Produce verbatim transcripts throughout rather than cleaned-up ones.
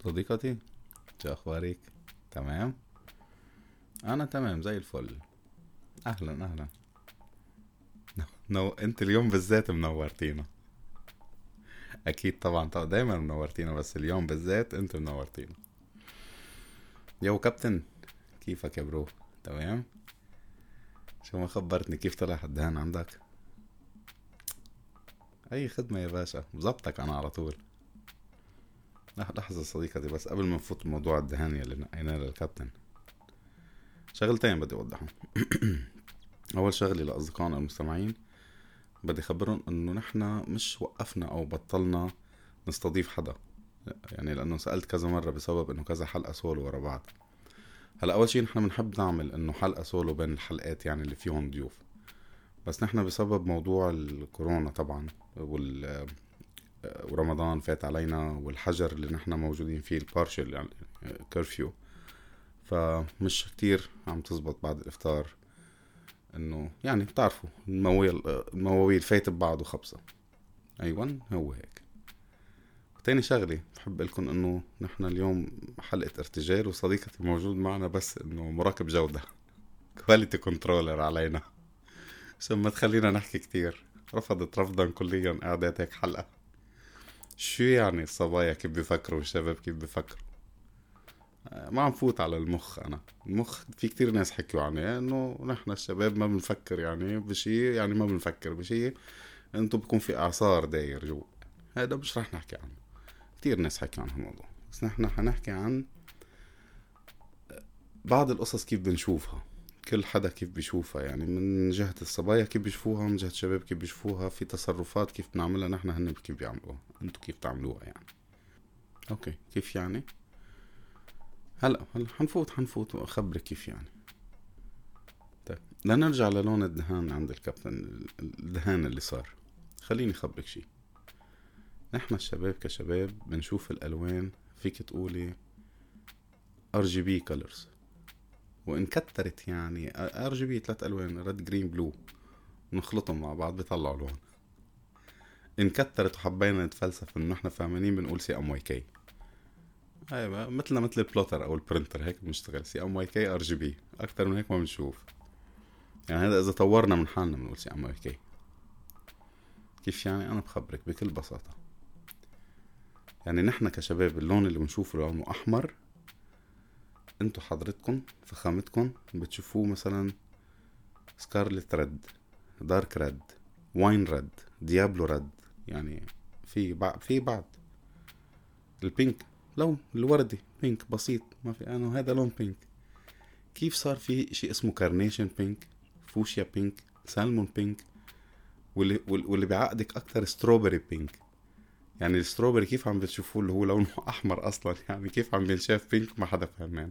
صديقتي، شو اخبارك؟ تمام. انا تمام زي الفل. اهلا اهلا. نو... انت اليوم بالذات منورتينا. اكيد طبعا طبعا دايما منورتينا، بس اليوم بالذات انت منورتينا. يو كابتن، كيفك يا برو؟ تمام. شو ما خبرتني، كيف طلع الدهان عندك؟ اي خدمة يا باشا، بظبطك انا على طول. لح- لحظة صديقتي، بس قبل ما نفوت موضوع الدهان يلي نقيناه للكابتن، شغلتين بدي اوضحهم. اول شغلة لاصدقائنا المستمعين، بدي خبرهم انه نحنا مش وقفنا او بطلنا نستضيف حدا. يعني لانه سألت كذا مرة بسبب انه كذا حلقة سولو ورا بعض. هلا اول شي نحنا بنحب نعمل انه حلقة سولو بين الحلقات، يعني اللي فيهم ضيوف. بس نحنا بسبب موضوع الكورونا طبعا وال ورمضان فات علينا، والحجر اللي نحنا موجودين فيه البارشل يعني كرفيو، فمش كتير عم تزبط بعد الافطار. انه يعني بتعرفوا المواويل المواويل فايت ببعض وخبصة. ايوان هو هيك. تاني شغلة بحب لكم انه نحن اليوم حلقة ارتجال، وصديقتي موجود معنا بس انه مراقب جودة كواليتي كنترولر علينا، عشان ما تخلينا نحكي كتير. رفضت رفضا كليا اعداد هيك حلقة. شو يعني الصبايا كيف بيفكروا والشباب كيف بيفكروا؟ آه، ما عم فوت على المخ. انا المخ في كتير ناس حكيوا عني انه نحن الشباب ما بنفكر يعني بشي، يعني ما بنفكر بشي، انتو بكون في اعصار داير جو. هذا مش رح نحكي عنه. كتير ناس حكي عن هالموضوع، بس نحن حنحكي عن بعض القصص كيف بنشوفها. كل حدا كيف بيشوفها، يعني من جهة الصبايا كيف بيشوفوها، من جهة الشباب كيف بيشوفوها، في تصرفات كيف بنعملها نحن، هن كيف بيعملوها، انتو كيف تعملوها يعني. اوكي، كيف يعني؟ هلا هلا حنفوت حنفوت واخبرك كيف يعني. طيب لنرجع للون الدهان عند الكابتن. الدهان اللي صار، خليني اخبرك شي. نحن الشباب كشباب بنشوف الالوان، فيك تقولي ار جي بي كولرز، وان كترت يعني ار جي بي ثلاث الوان، ريد جرين بلو، نخلطهم مع بعض بيطلعوا لون. ان كترت وحبينا نتفلسف انه احنا فاهمين، بنقول سي ام واي كي. هاي بقى مثلنا مثل البلوتر او البرنتر، هيك بنشتغل سي ام واي كي ار جي بي، اكتر من هيك ما بنشوف. يعني هذا اذا طورنا من حالنا بنقول سي ام واي كي. كيف يعني؟ انا بخبرك بكل بساطة. يعني نحن كشباب اللون اللي بنشوفه لونه احمر، انتو حضرتكم فخامتكم بتشوفوه مثلا سكارلت ريد، دارك ريد، واين ريد، ديابلو ريد. يعني في بعض في بعض البينك، لون الوردي بينك بسيط، ما في انه هذا لون بينك. كيف صار في شيء اسمه كارنيشن بينك، فوشيا بينك، سالمون بينك، واللي واللي بيعقدك اكتر ستروبري بينك. يعني الستروبري كيف عم بتشوفوه اللي هو لونه احمر اصلا، يعني كيف عم بينشاف بينك؟ ما حدا فهمان.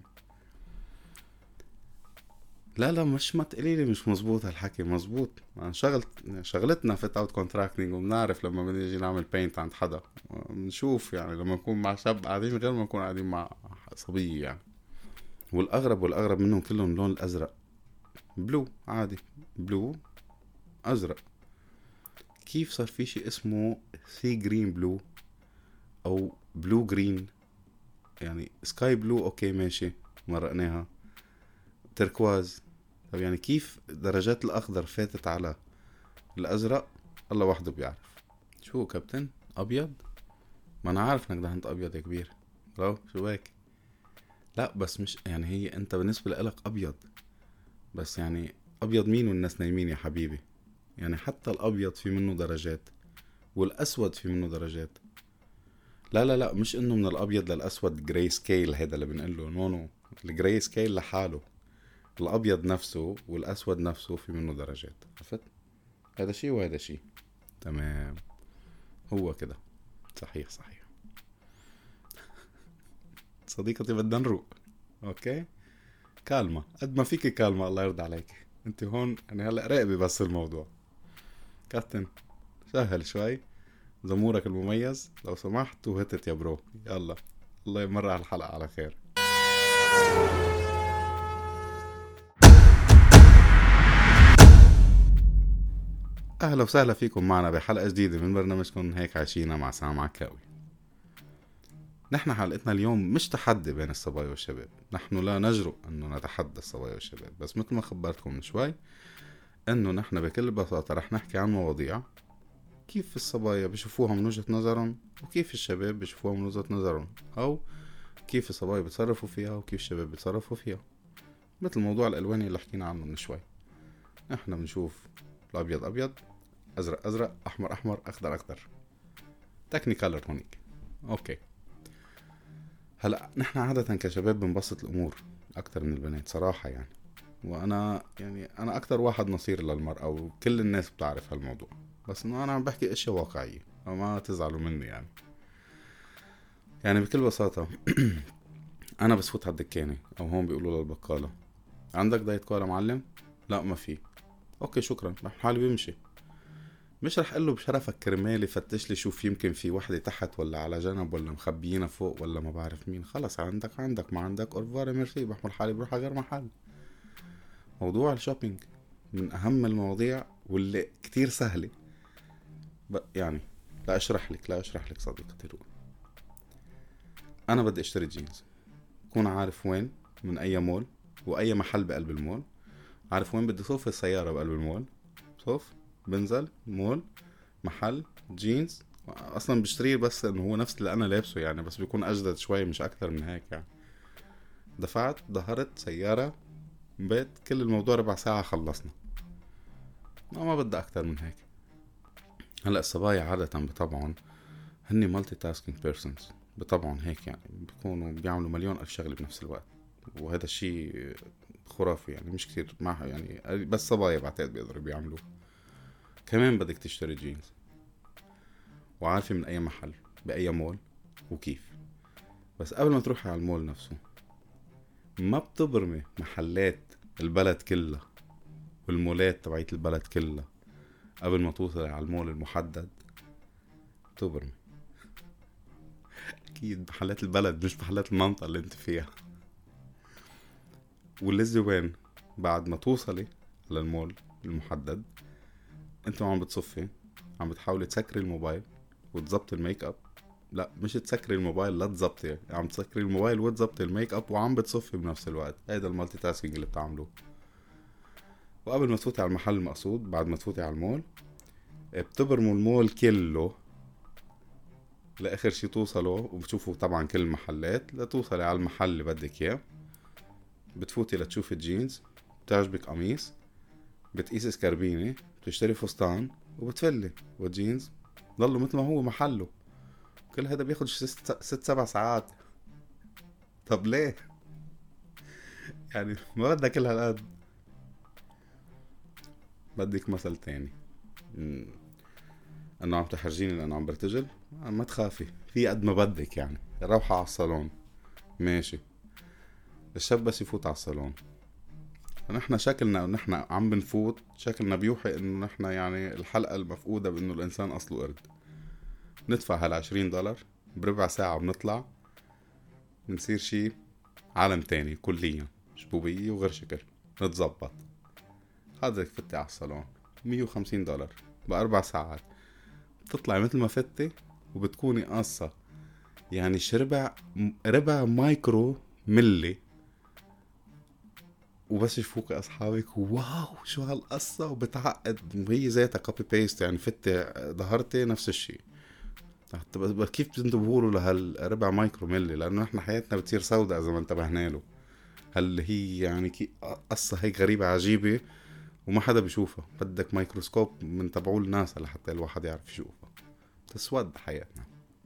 لا لا مش، ما تقليلي مش مزبوط هالحكي. مزبوط، شغلت شغلتنا فيت اوت كونتراكتنج، وبنعرف لما بنيجي نعمل بينت عند حدا بنشوف، يعني لما نكون مع شاب قاعدين غير ما نكون قاعدين مع صبية يعني. والاغرب والاغرب منهم كلهم اللون الازرق، بلو عادي، بلو ازرق. كيف صار في شيء اسمه سي جرين بلو او بلو جرين؟ يعني سكاي بلو اوكي ماشي، مرقناها. تركواز. طب يعني كيف درجات الاخضر فاتت على الازرق؟ الله وحده بيعرف. شو كابتن ابيض؟ ما انا عارف انك دهنت ابيض يا كبير. لو شو هيك؟ لا بس مش يعني، هي انت بالنسبه لك ابيض، بس يعني ابيض مين والناس نايمين يا حبيبي؟ يعني حتى الابيض في منه درجات، والاسود في منه درجات. لا لا لا مش انه من الابيض للاسود جراي سكيل، هذا اللي بنقله نو نو. الجراي سكيل لحاله، الابيض نفسه والاسود نفسه في منه درجات، عرفت؟ هذا شيء وهذا شيء. تمام، هو كده. صحيح صحيح. صديقتي بدنا نروق. اوكي، كالمة قد ما فيك، كالمة الله يرضى عليك. انت هون يعني هلا راقبي بس الموضوع. كابتن سهل شوي، زمورك المميز لو سمحت، وهتت يا برو. يلا، الله يمر على الحلقة على خير. اهلا وسهلا فيكم معنا بحلقة جديدة من برنامجكم هيك عشينا مع سام عكاوي. نحن حلقتنا اليوم مش تحدي بين الصبايا والشباب، نحن لا نجرؤ أنه نتحدى الصبايا والشباب، بس مثل ما خبرتكم من شوي أنه نحن بكل بساطة رح نحكي عن مواضيع كيف الصبايا بيشوفوها من وجهة نظرهم وكيف الشباب بيشوفوها من وجهة نظرهم، أو كيف الصبايا بيتصرفوا فيها وكيف الشباب بيتصرفوا فيها. مثل موضوع الألواني اللي حكينا عنه من شوي، نحن بنشوف الأبيض أبيض، أزرق أزرق، أحمر أحمر، أخضر أخضر، تكنيكالر هونيك. أوكي، هلا نحن عادة كشباب بنبسط الأمور أكتر من البنات صراحة يعني، وأنا يعني أنا أكتر واحد نصير للمرأة وكل الناس بتعرف هالموضوع، بس إنه أنا عم بحكي أشياء واقعية وما تزعلوا مني يعني. يعني بكل بساطة أنا بس فوت على الدكانة أو هون بيقولوا للبقالة عندك دايت كولا معلم؟ لا ما في. أوكي شكرا، رح حالي بمشي. مش رح قله بشرفك كرمالي فتش لي شوف يمكن في وحدة تحت ولا على جنب ولا مخبيينها فوق ولا ما بعرف مين. خلص عندك عندك ما عندك أورفار ميرسي، بحمل حالي بروح على غير محل. موضوع الشوبينج من أهم المواضيع واللي كتير سهلة يعني. لا أشرح لك لا أشرح لك صديقتي رؤى، أنا بدي أشتري جينز، كون عارف وين من أي مول وأي محل بقلب المول، عارف وين بدي صوف السيارة بقلب المول، صوف بنزل مول محل جينز، اصلا بشتريه بس انه هو نفس اللي انا لابسه يعني، بس بيكون اجدد شوي مش اكتر من هيك يعني. دفعت ظهرت سيارة بيت، كل الموضوع ربع ساعة خلصنا، ما ما بدي اكتر من هيك. هلا الصبايا عادة بطبعهم هني مالتي تاسكينج بيرسونز، بطبعهم هيك يعني بيكونوا بيعملوا مليون الف شغلة بنفس الوقت، وهذا الشيء خرافي يعني مش كتير معها يعني، بس صبايا بعتقد بيقدروا بيعملوه. كمان بدك تشتري جينز وعارفة من اي محل باي مول وكيف، بس قبل ما تروحي على المول نفسه ما بتبرمي محلات البلد كلها والمولات تبعيت البلد كلها قبل ما توصل على المول المحدد. بتبرمي اكيد محلات البلد مش محلات المنطقة اللي انت فيها. واللذي وين بعد ما توصلي للمول المحدد انت عم بتصفي، عم بتحاولي تسكري الموبايل وتزبط الميك اب. لا مش تسكري الموبايل، لا تزبطي يعني، عم تسكري الموبايل وتزبطي الميك اب وعم بتصفي بنفس الوقت. هيدا المالتي تاسكينج اللي بتعملوه. وقبل ما تفوتي على المحل المقصود، بعد ما تفوتي على المول بتبرموا المول كله لاخر شي توصلوا، وبتشوفوا طبعا كل المحلات لتوصلي على المحل اللي بدك اياه. بتفوتي لتشوفي الجينز، بتعجبك قميص، بتقيسي سكربينة، بتشتري فستان وبتفلي، والجينز ضلوا مثل ما هو محله. كل هذا بياخد ست, ست سبع ساعات. طب ليه يعني ما بدك كل هالقد؟ بدك مثل تاني انه عم تحرجيني لانه عم برتجل؟ ما تخافي، في قد ما بدك يعني، روحة على الصالون ماشي. الشاب بس يفوت على الصالون نحن شكلنا نحن عم بنفوت، شكلنا بيوحي انه نحن يعني الحلقة المفقودة بانه الانسان اصله قرد. ندفع هالعشرين دولار بربع ساعة وبنطلع بنصير شي عالم تاني كليا، شبوبية وغير شكل، نتزبط. حضرتك فتي على الصالون مية وخمسين دولار بأربع ساعات، بتطلع مثل ما فتي وبتكوني قاصة يعني شربع ربع مايكرو ملي، وبس يشوفوك اصحابك واو شو هالقصة، وبتعقد وهي ذاتها كوبي بيست يعني. فتي ظهرتي نفس الشيء. كيف بتنتبهوا له لهالربع مايكرو ملي؟ لانه احنا حياتنا بتصير سوداء اذا ما انتبهنا له. هل هي يعني كي قصة هيك غريبة عجيبة وما حدا بيشوفها، بدك مايكروسكوب من تبعول الناس لحتى الواحد يعرف يشوفها. تسود حياتنا.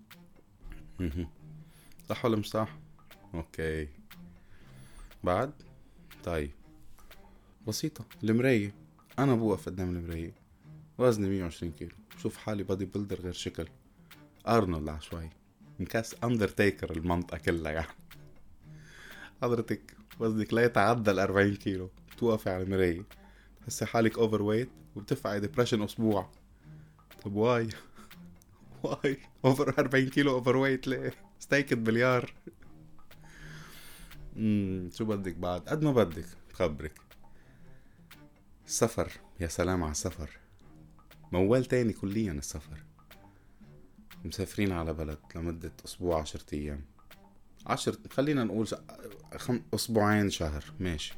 صح ولا مش صح؟ اوكي. بعد طيب بسيطة، المراية. انا بوقف قدام المراية وزني مية وعشرين كيلو، شوف حالي بادي بيلدر غير شكل، ارنولد عشوائي مكاس اندرتيكر المنطقة كلها يعني. حضرتك وزنك لا يتعدى الأربعين كيلو، توقفي على المراية تحسي حالك اوفر ويت وبتفعي ديبريشن اسبوع. طب واي واي اوفر أربعين كيلو اوفر ويت ليه؟ ستيكت بليار. امم شو بدك بعد؟ قد ما بدك بخبرك. السفر، يا سلام على السفر، موال تاني كليا السفر. مسافرين على بلد لمدة اسبوع عشرة ايام، عشر، خلينا نقول خم... أسبوعين شهر ماشي.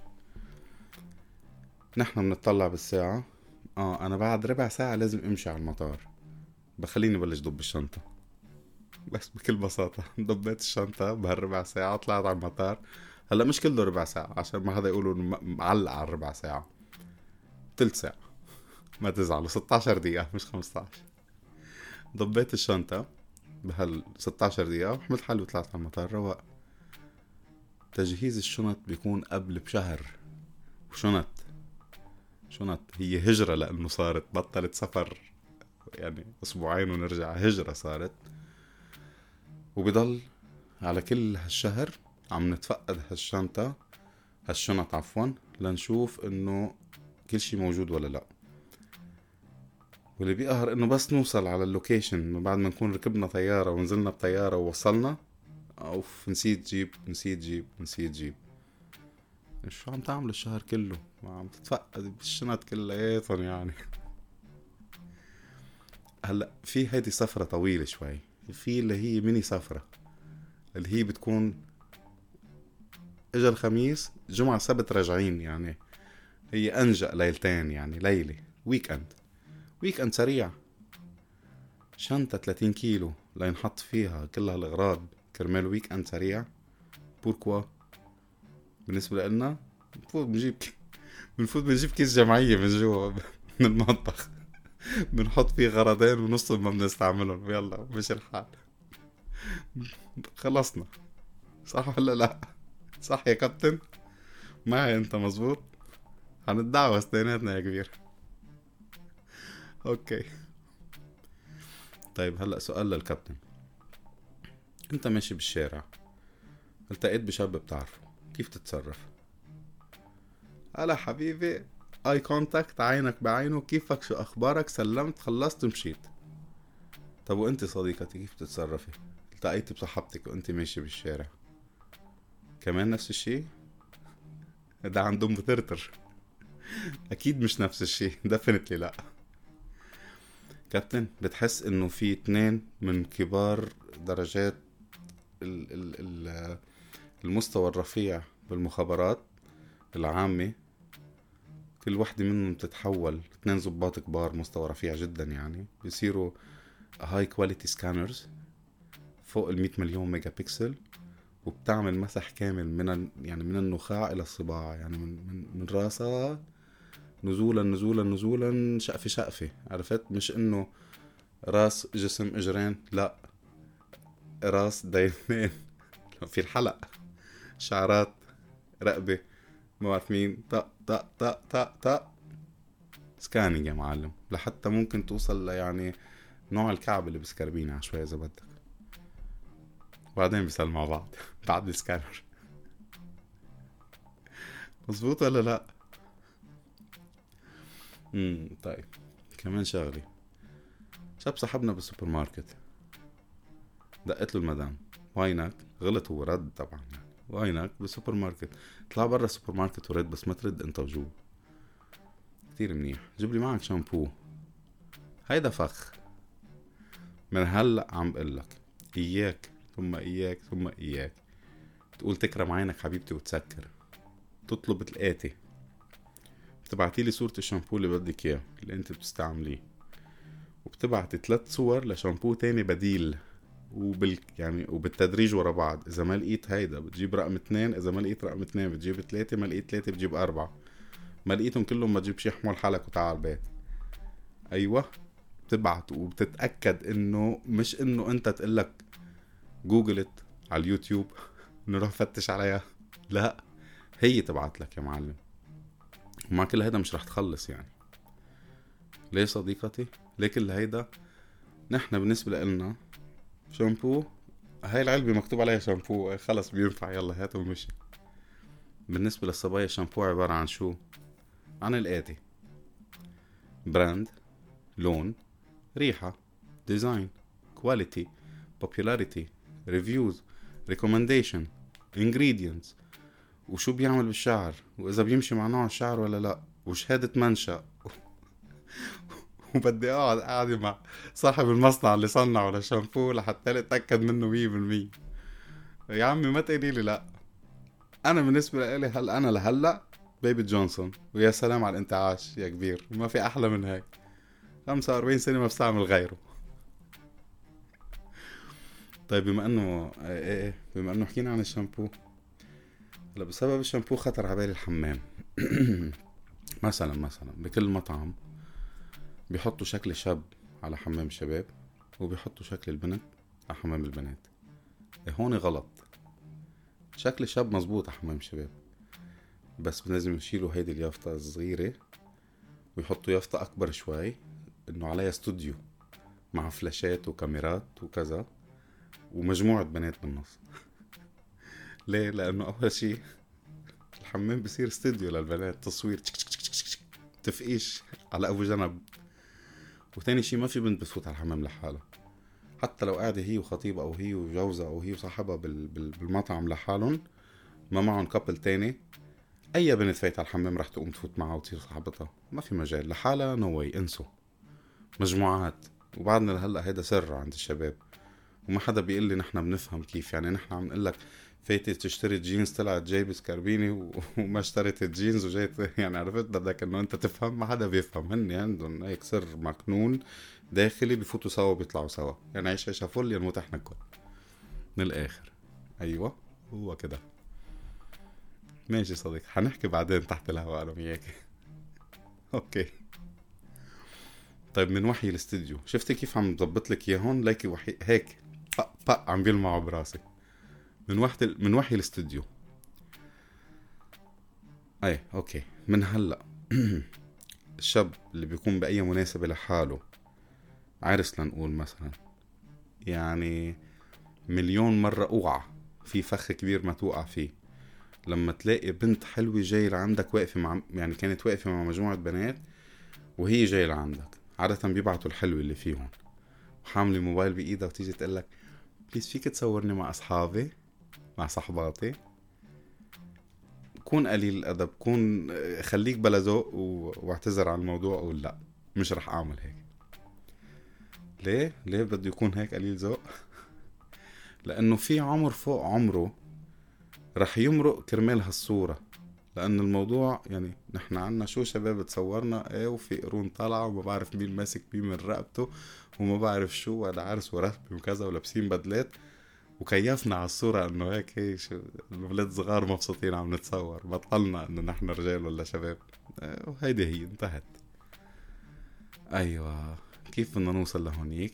نحن بنطلع بالساعة، اه انا بعد ربع ساعة لازم امشي على المطار، بخليني بلش ضب الشنطة. بس بكل بساطة ضبيت الشنطة بهالربع ساعة، طلعت على المطار. هلا مش كله ربع ساعة عشان ما حدا يقولوا انه م- معلق على الربع ساعة، تلت ساعة، ما تزعلوا، ستة عشر دقيقة مش خمسة عشر. ضبيت الشنطة بهال ستة عشر دقيقة وحملت حالي وطلعت على المطار رواق. تجهيز الشنط بيكون قبل بشهر. وشنط شنط هي هجرة، لأنه صارت بطلت سفر يعني أسبوعين ونرجع، هجرة صارت. وبضل على كل هالشهر عم نتفقد هالشنطة، هالشنط عفوا، لنشوف انه كل شي موجود ولا لا. واللي بيقهر انه بس نوصل على اللوكيشن بعد ما نكون ركبنا طيارة ونزلنا بطيارة ووصلنا، اوف نسيت جيب نسيت جيب نسيت جيب. شو عم تعمل الشهر كله؟ ما عم تتفقد بالشنط كلياتهم يعني. هلا في هيدي سفرة طويلة شوي، في اللي هي ميني سفرة، اللي هي بتكون اجا الخميس جمعة سبت راجعين يعني. هي انجأ ليلتين يعني، ليلة ويك اند، ويك اند سريع. شنطة ثلاثين كيلو لينحط فيها كل هالأغراض كرمال ويك اند سريع. بوركوا؟ بالنسبة لنا بنفوت بنجيب ك... بنفوت بنجيب كيس جمعية من جوا من المطبخ، بنحط فيه غرضين ونص ما بنستعملهم، يلا مش الحال، خلصنا. صح ولا لا؟ صح يا كابتن؟ معي انت مزبوط؟ هنتدعوى استيناتنا يا كبير. اوكي. طيب هلأ سؤال للكابتن. انت ماشي بالشارع، التقيت بشاب بتعرفه، كيف تتصرف؟ هلا حبيبي، اي كونتاكت، عينك بعينه، كيفك، شو اخبارك، سلمت، خلصت، مشيت. طب وانت صديقتي كيف تتصرفي؟ التقيت بصاحبتك وانت ماشي بالشارع، كمان نفس الشي؟ ده عندهم بترتر. اكيد مش نفس الشي، دفنتلي لا. كابتن، بتحس انه في اتنين من كبار درجات ال ال ال المستوى الرفيع بالمخابرات العامة، كل وحدة منهم تتحول اتنين ضباط كبار مستوى رفيع جدا يعني، بيصيروا هاي كواليتي سكانرز فوق المية مليون ميجا بيكسل، وبتعمل مسح كامل من ال- يعني من النخاع الى الصباع، يعني من من, من راسها نزولا نزولا نزولا، شقفة شقفة، عرفت؟ مش انه راس جسم اجرين، لا، راس دايمين. في الحلق شعرات رقبة، ما بعرف مين، طق طق طق طق طق، سكانينج يا معلم، لحتى ممكن توصل يعني نوع الكعب اللي بسكربينه شوي اذا بدك، وبعدين بيسلموا مع بعض بعد السكانر. مظبوط ولا لا؟ امم طيب، كمان شغلي. شاب صاحبنا بالسوبر ماركت، دقت له المدام، وينك؟ غلط هو، رد طبعا يعني، وينك؟ بالسوبر ماركت. طلع برا السوبر ماركت ورد، بس ما ترد انت وجو. كتير منيح، جيب لي معك شامبو. هيدا فخ. من هلا عم بقلك، اياك ثم اياك ثم اياك تقول تكرم عينك حبيبتي وتسكر. تطلب الآتي، بتبعتيلي صورة الشامبو اللي بدك اياه اللي انت بتستعمليه، وبتبعتي ثلاث صور لشامبو تاني بديل، وبال يعني وبالتدريج ورا بعض. اذا ما لقيت هيدا بتجيب رقم اتنين، اذا ما لقيت رقم اتنين بتجيب تلاتة، ما لقيت تلاتة بتجيب اربعة، ما لقيتهم كلهم بتجيب شي حمول حالك وتعال البيت. ايوه، بتبعت وبتتأكد انه مش انه انت تقلك جوجلت على اليوتيوب نروح فتش عليها، لا، هي تبعت لك يا معلم. ومع كل هيدا مش رح تخلص يعني. ليه صديقتي؟ ليه كل هيدا؟ نحن بالنسبة لنا شامبو، هاي العلبة مكتوب عليها شامبو، خلص بينفع، يلا هات ومشي. بالنسبة للصبايا الشامبو عبارة عن شو؟ عن الآتي: براند، لون، ريحة، ديزاين، كواليتي، popularity، ريفيوز، ريكومنديشن، ingredients، وشو بيعمل بالشعر، واذا بيمشي مع نوع الشعر ولا لا، وشهادة منشأ. وبدي اقعد قاعدة مع صاحب المصنع اللي صنعه للشامبو لحتى اتأكد منه مية بالمية. يا عمي ما تقولي لي لا. انا بالنسبه لي هل انا لهلا بيبي جونسون، ويا سلام على الانتعاش يا كبير، ما في احلى من هيك. خمسة وأربعين سنه ما بستعمل غيره. طيب بما انه ايه ايه بما انه حكينا عن الشامبو، هلا بسبب الشامبو خطر على بالي الحمام. مثلا مثلا بكل مطعم بيحطوا شكل شاب على حمام الشباب، وبيحطوا شكل البنت على حمام البنات. إيه هون غلط. شكل شاب مزبوط على حمام الشباب، بس لازم يشيلوا هيدي اليافطة الصغيرة ويحطوا يافطة أكبر شوي إنه عليها استوديو مع فلاشات وكاميرات وكذا، ومجموعة بنات بالنص. ليه؟ لأنه أول شي الحمام بصير استوديو للبنات، تصوير تفقيش على أبو جنب. وثاني شي ما في بنت بتفوت على الحمام لحالها، حتى لو قاعدة هي وخطيبة أو هي وجوزها أو هي وصاحبها بالمطعم لحالهم، ما معهم كابل تاني. أي بنت فايت على الحمام رح تقوم تفوت معها وتصير صاحبتها، ما في مجال. لحالها نو واي، انسوا. مجموعات. وبعدنا لهلا هيدا سر عند الشباب، وما حدا بيقول لي نحنا بنفهم كيف. يعني نحنا عم نقول لك فايتة تشتري جينز طلعت جايب سكاربيني وما اشتريت الجينز وجايت، يعني عرفت بدك انه انت تفهم. ما حدا بيفهم، هن عندهم هيك سر مكنون داخلي، بيفوتوا سوا بيطلعوا سوا. يعني عيش عيشة فل ينموت احنا الكل من الاخر. ايوه هو كده. ماشي صديق، حنحكي بعدين تحت الهواء انا وياك. اوكي. طيب من وحي الاستديو، شفتي كيف عم ضبط لك اياه هون؟ ليكي وحي هيك بق بق عم بيلمعوا براسي. من وحي من وحي الاستديو. اي اوكي. من هلا الشاب اللي بيكون باي مناسبة لحاله، عرس لنقول مثلا، يعني مليون مرة اوعى في فخ كبير ما توقع فيه لما تلاقي بنت حلوة جاية لعندك واقفة مع، يعني كانت واقفة مع مجموعة بنات وهي جاية لعندك. عادة بيبعتوا الحلو اللي فيهم وحاملة موبايل بإيدها، وتيجي تقلك بليز فيك تصورني مع أصحابي مع صحباتي. كون قليل الأدب، كون خليك بلا ذوق واعتذر عن الموضوع، أقول لا مش رح أعمل هيك. ليه؟ ليه بده يكون هيك قليل ذوق؟ لأنه في عمر فوق عمره رح يمرق كرمال هالصورة. لأن الموضوع يعني نحن عنا شو شباب تصورنا ايه، وفي قرون طالعة وما بعرف مين ماسك مين من رقبته وما بعرف شو، ولا عرس ورثبي وكذا، ولابسين بدلات، وكيفنا على الصورة انه هيك هيك الولاد صغار مبسوطين عم نتصور. بطلنا انه نحن رجال ولا شباب. اه وهيدي هي انتهت. ايوه كيف بدنا نوصل لهونيك؟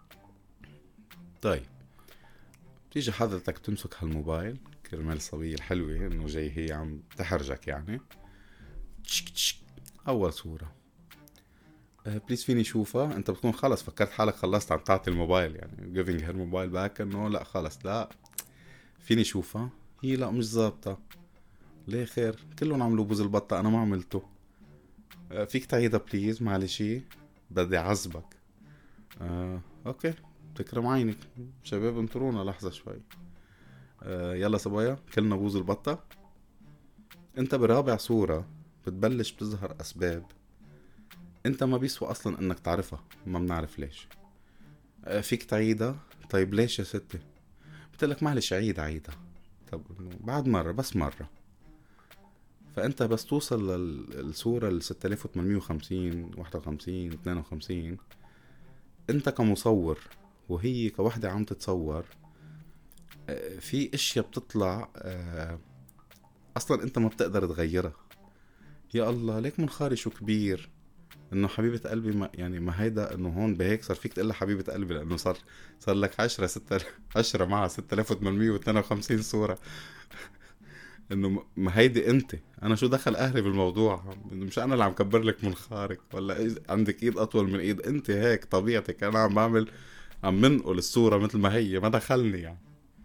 طيب بتيجي حضرتك تمسك هالموبايل كرمال الصبية الحلوة انه جاي هي عم تحرجك يعني. تشك تشك. اول صورة أه بليز فيني شوفها. انت بتكون خلص فكرت حالك خلصت عم تعطي الموبايل، يعني giving her موبايل باك، انه لا خلص لا فيني شوفها. هي لا مش ظابطة. ليه خير؟ كلهم عملوا بوز البطة انا ما عملته. أه فيك تعيدها بليز معلشي بدي عزبك. أه اوكي تكرم عينك. شباب انطرونا لحظة شوي. أه يلا صبايا كلنا بوز البطة. انت برابع صورة بتبلش بتظهر اسباب انت ما بيسوى اصلا انك تعرفها، ما بنعرف ليش. أه فيك تعيدها؟ طيب ليش يا ستي؟ بتقلك معلش عيد عيدها. طب بعد مرة بس مرة. فانت بس توصل للصورة ال ستة آلاف وثمانمية وخمسين واحد وخمسين اثنين وخمسين، انت كمصور وهي كوحدة عم تتصور، أه في اشياء بتطلع أه اصلا انت ما بتقدر تغيرها. يا الله ليك منخاري شو كبير انه حبيبة قلبي، ما يعني ما هيدا انه هون بهيك صار فيك تقلها حبيبة قلبي، لانه صار صار لك عشرة ستة عشرة معها ستة آلاف وثمانمية واثنين وخمسين صورة. انه ما هيدي انت. انا شو دخل اهلي بالموضوع؟ مش انا اللي عم كبر لك منخارك ولا عندك ايد اطول من ايد انت، هيك طبيعتك. انا عم بعمل عم منقل الصورة مثل ما هي، ما دخلني يعني.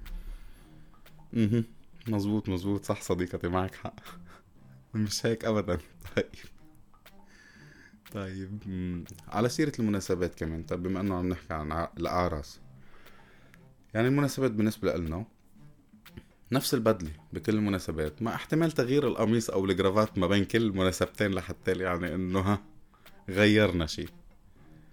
اها مزبوط مزبوط صح صديقتي معك حق. مش هيك ابدا. طيب طيب على سيرة المناسبات كمان. طيب بما انه عم نحكي عن الاعراس، يعني المناسبات بالنسبة لنا نفس البدلة بكل المناسبات، مع احتمال تغيير القميص او الجرافات ما بين كل مناسبتين لحتى يعني انه ها غيرنا شي.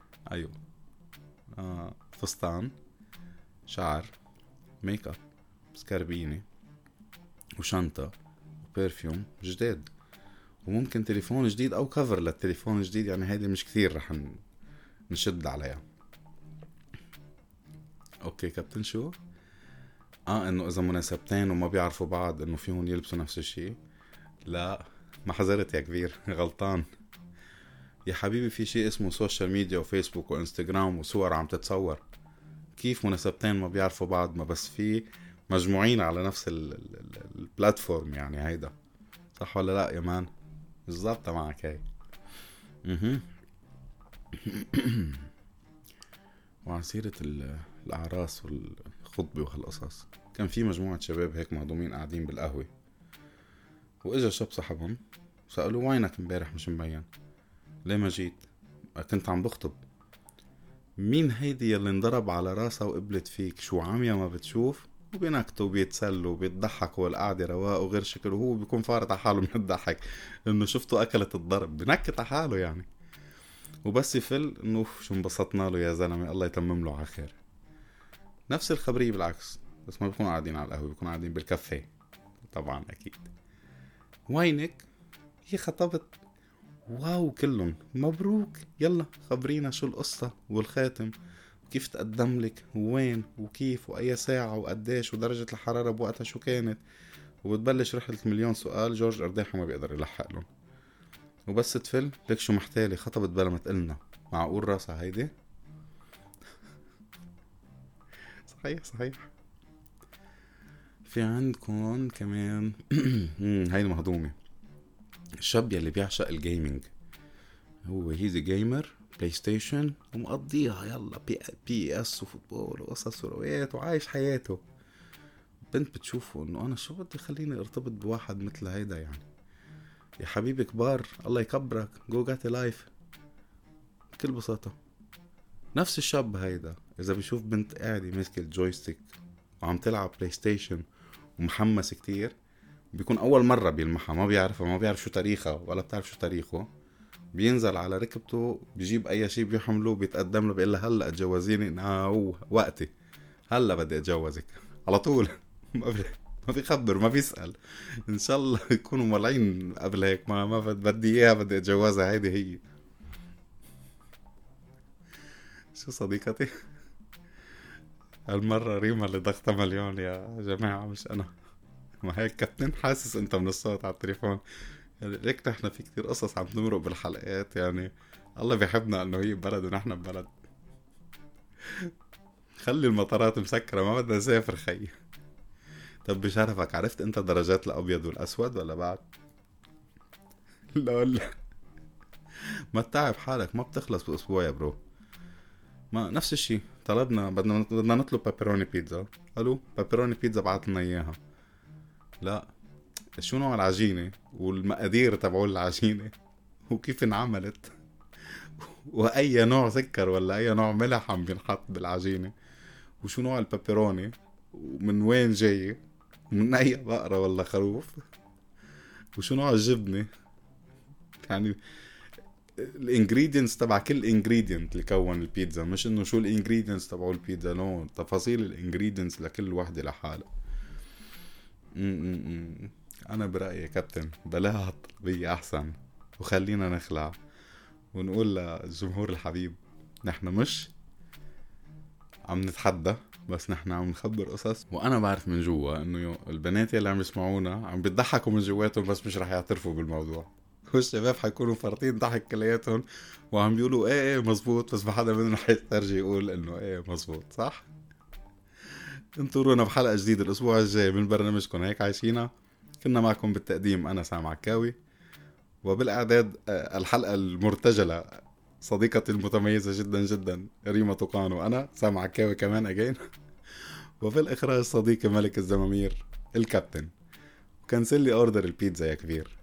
ايوه آه فستان، شعر، ميك اب، سكربينة وشنطة وبرفيوم جديد، وممكن تليفون جديد او كفر للتليفون الجديد. يعني هيدي مش كثير رح نشد عليها. اوكي كابتن شو اه انه اذا مناسبتين وما بيعرفوا بعض انه فيهم يلبسوا نفس الشيء؟ لا ما حذرت يا كبير، غلطان يا حبيبي. في شيء اسمه سوشيال ميديا وفيسبوك وانستغرام وصور عم تتصور. كيف مناسبتين ما بيعرفوا بعض؟ ما بس في مجموعين على نفس البلاتفورم، يعني هيدا صح ولا لا يا مان؟ بالضبط معك هاي. اها وعن سيرة الأعراس والخطبة وهالقصص، كان في مجموعة شباب هيك مهضومين قاعدين بالقهوة، وإجا شاب صاحبهم سألوه وينك امبارح مش مبين؟ ليه ما جيت؟ كنت عم بخطب. مين هيدي يلي انضرب على راسها وقبلت فيك؟ شو عامية ما بتشوف؟ وبينكتوا وبيتسلوا وبيتضحكوا والقعدة رواق وغير شكل، وهو بيكون فارط على حاله من الضحك انه شفته اكلت الضرب، بنكت على حاله يعني. وبس يفل انه شو انبسطنا له يا زلمة، الله يتمم له على خير. نفس الخبرية بالعكس، بس ما بيكونوا قاعدين على القهوة، بيكونوا قاعدين بالكافيه طبعا اكيد. وينك؟ هي خطبت. واو كلهم مبروك، يلا خبرينا شو القصة والخاتم، كيف تقدم لك، وين وكيف واي ساعة وقديش ودرجة الحرارة بوقتها شو كانت. وبتبلش رحلة مليون سؤال جورج أرداحو ما بيقدر يلحق لهم. وبس تفل لك شو محتالي، خطبت بلا ما تقلنا. معقول راسها هيدي؟ صحيح صحيح. في عندكم كمان هاي مهضومة، الشاب يلي بيعشق الجيمينج، هو هيزي جيمر بلاي ستيشن ومقضيها يلا بي, بي اس وفوتبول وقصص وروايات وعايش حياته. بنت بتشوفه انه انا شو بدي خليني ارتبط بواحد مثل هيدا يعني؟ يا حبيبي كبار، الله يكبرك، جو جاتي لايف بكل بساطة. نفس الشاب هيدا اذا بيشوف بنت قاعدة ماسكة الجويستيك وعم تلعب بلاي ستيشن ومحمس كتير، بيكون اول مرة بيلمحها، ما بيعرفها، ما بيعرف شو تاريخها ولا بتعرف شو تاريخه، بينزل على ركبته بيجيب اي شيء بيحمله بيتقدم له بيقول له هلا اتجوزيني، اه وقتي هلا بدي اتجوزك على طول. ما في ما بيخبر ما بيسأل، ان شاء الله يكونوا مولعين قبل هيك، ما ما بدي اياها بدي اتجوزها، هيدي هي. شو صديقتي هالمرة ريما اللي ضغطها مليون يا جماعة مش انا. ما هيك كابتن حاسس انت من الصوت على التليفون يعني. ليك نحن في كتير قصص عم تمرق بالحلقات يعني. الله بيحبنا انه هي ببلد ونحن ببلد. خلي المطارات مسكرة، ما بدنا نسافر خي. طب بشرفك، عرفت انت درجات الابيض والاسود ولا بعد؟ لا لا ما تتعب حالك، ما بتخلص باسبوع يا برو. ما نفس الشي طلبنا، بدنا بدنا نطلب بابيروني بيتزا، قالوا بابيروني بيتزا بعت لنا اياها. لا شو نوع العجينة والمقادير تبعوا العجينة وكيف انعملت واي نوع سكر ولا اي نوع ملح عم بينحط بالعجينة، وشو نوع البابيروني ومن وين جاي ومن اي بقرة ولا خروف، وشو نوع الجبنة. يعني الانجريدينتس تبع كل انجريدينت اللي كون البيتزا، مش انه شو الانجريدينتس تبعوا البيتزا، نو تفاصيل الانجريدينتس لكل وحدة لحالها. انا برأيي يا كابتن بلاها هالطلبية احسن، وخلينا نخلع ونقول للجمهور الحبيب نحن مش عم نتحدى، بس نحن عم نخبر قصص. وانا بعرف من جوا انه البنات اللي عم يسمعونا عم بيضحكوا من جواتهم، بس مش رح يعترفوا بالموضوع. والشباب حيكونوا فرطين ضحك كلياتهم وعم بيقولوا ايه ايه مزبوط، بس ما حدا منهم حيسترجي يقول انه ايه مزبوط صح. انطرونا بحلقة جديدة الاسبوع الجاي من برنامجكم هيك عايشينا. كنا معكم بالتقديم انا سام عكاوي، وبالاعداد الحلقة المرتجلة صديقتي المتميزة جدا جدا ريما طوقان، وانا سام عكاوي كمان اجين. وفي الاخراج صديقي ملك الزمامير الكابتن. وكنسل لي اوردر البيتزا يا كبير.